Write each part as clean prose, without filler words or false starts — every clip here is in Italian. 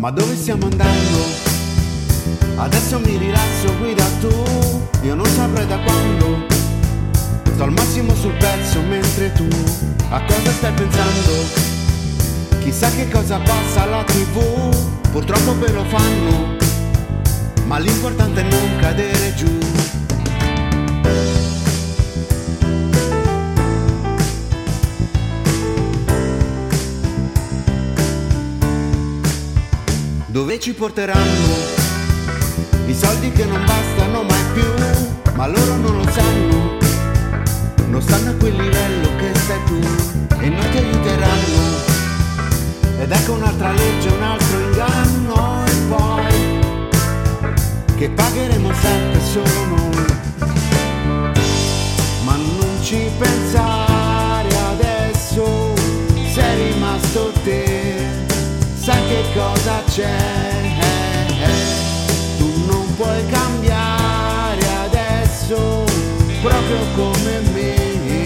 Ma dove stiamo andando? Adesso mi rilasso, guida tu. Io non saprei da quando sto al massimo sul pezzo, mentre tu a cosa stai pensando? Chissà che cosa passa alla TV. Purtroppo ve lo fanno, ma l'importante è non cadere giù. Dove ci porteranno i soldi che non bastano mai più? Ma loro non lo sanno, non stanno a quel livello che stai tu, e non ti aiuteranno. Ed ecco un'altra legge, un altro inganno, e poi che pagheremo sempre solo noi. Ma non ci pensare adesso, sei rimasto te, sai che cosa c'è, tu non puoi cambiare adesso, proprio come me.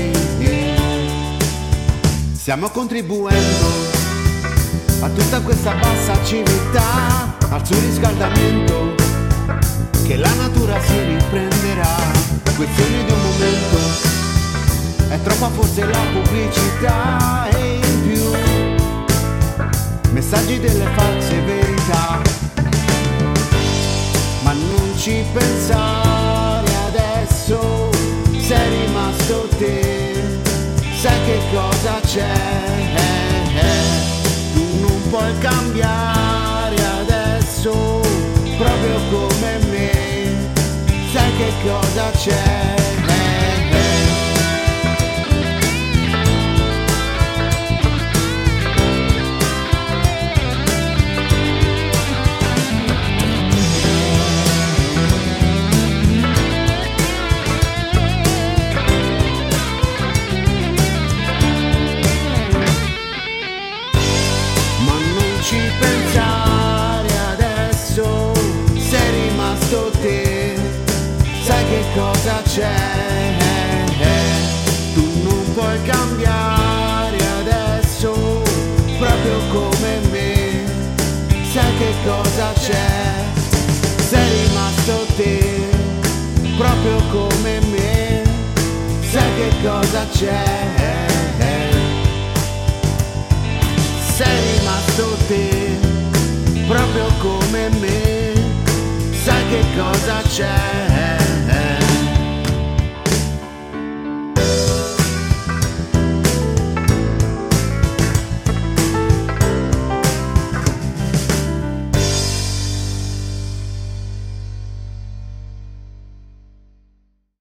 Stiamo contribuendo a tutta questa bassa civiltà, al surriscaldamento, che la natura si riprenderà. Questione di un momento, è troppa forse la pubblicità, e in più messaggi delle false verità. Ma non ci pensare adesso, sei rimasto te, sai che cosa c'è, tu non puoi cambiare adesso, proprio come me, sai che cosa c'è. Ci pensare adesso, sei rimasto te, sai che cosa c'è, tu non puoi cambiare adesso, proprio come me, sai che cosa c'è, sei rimasto te, proprio come me, sai che cosa c'è. Sei rimasto te, proprio come me, sai che cosa c'è.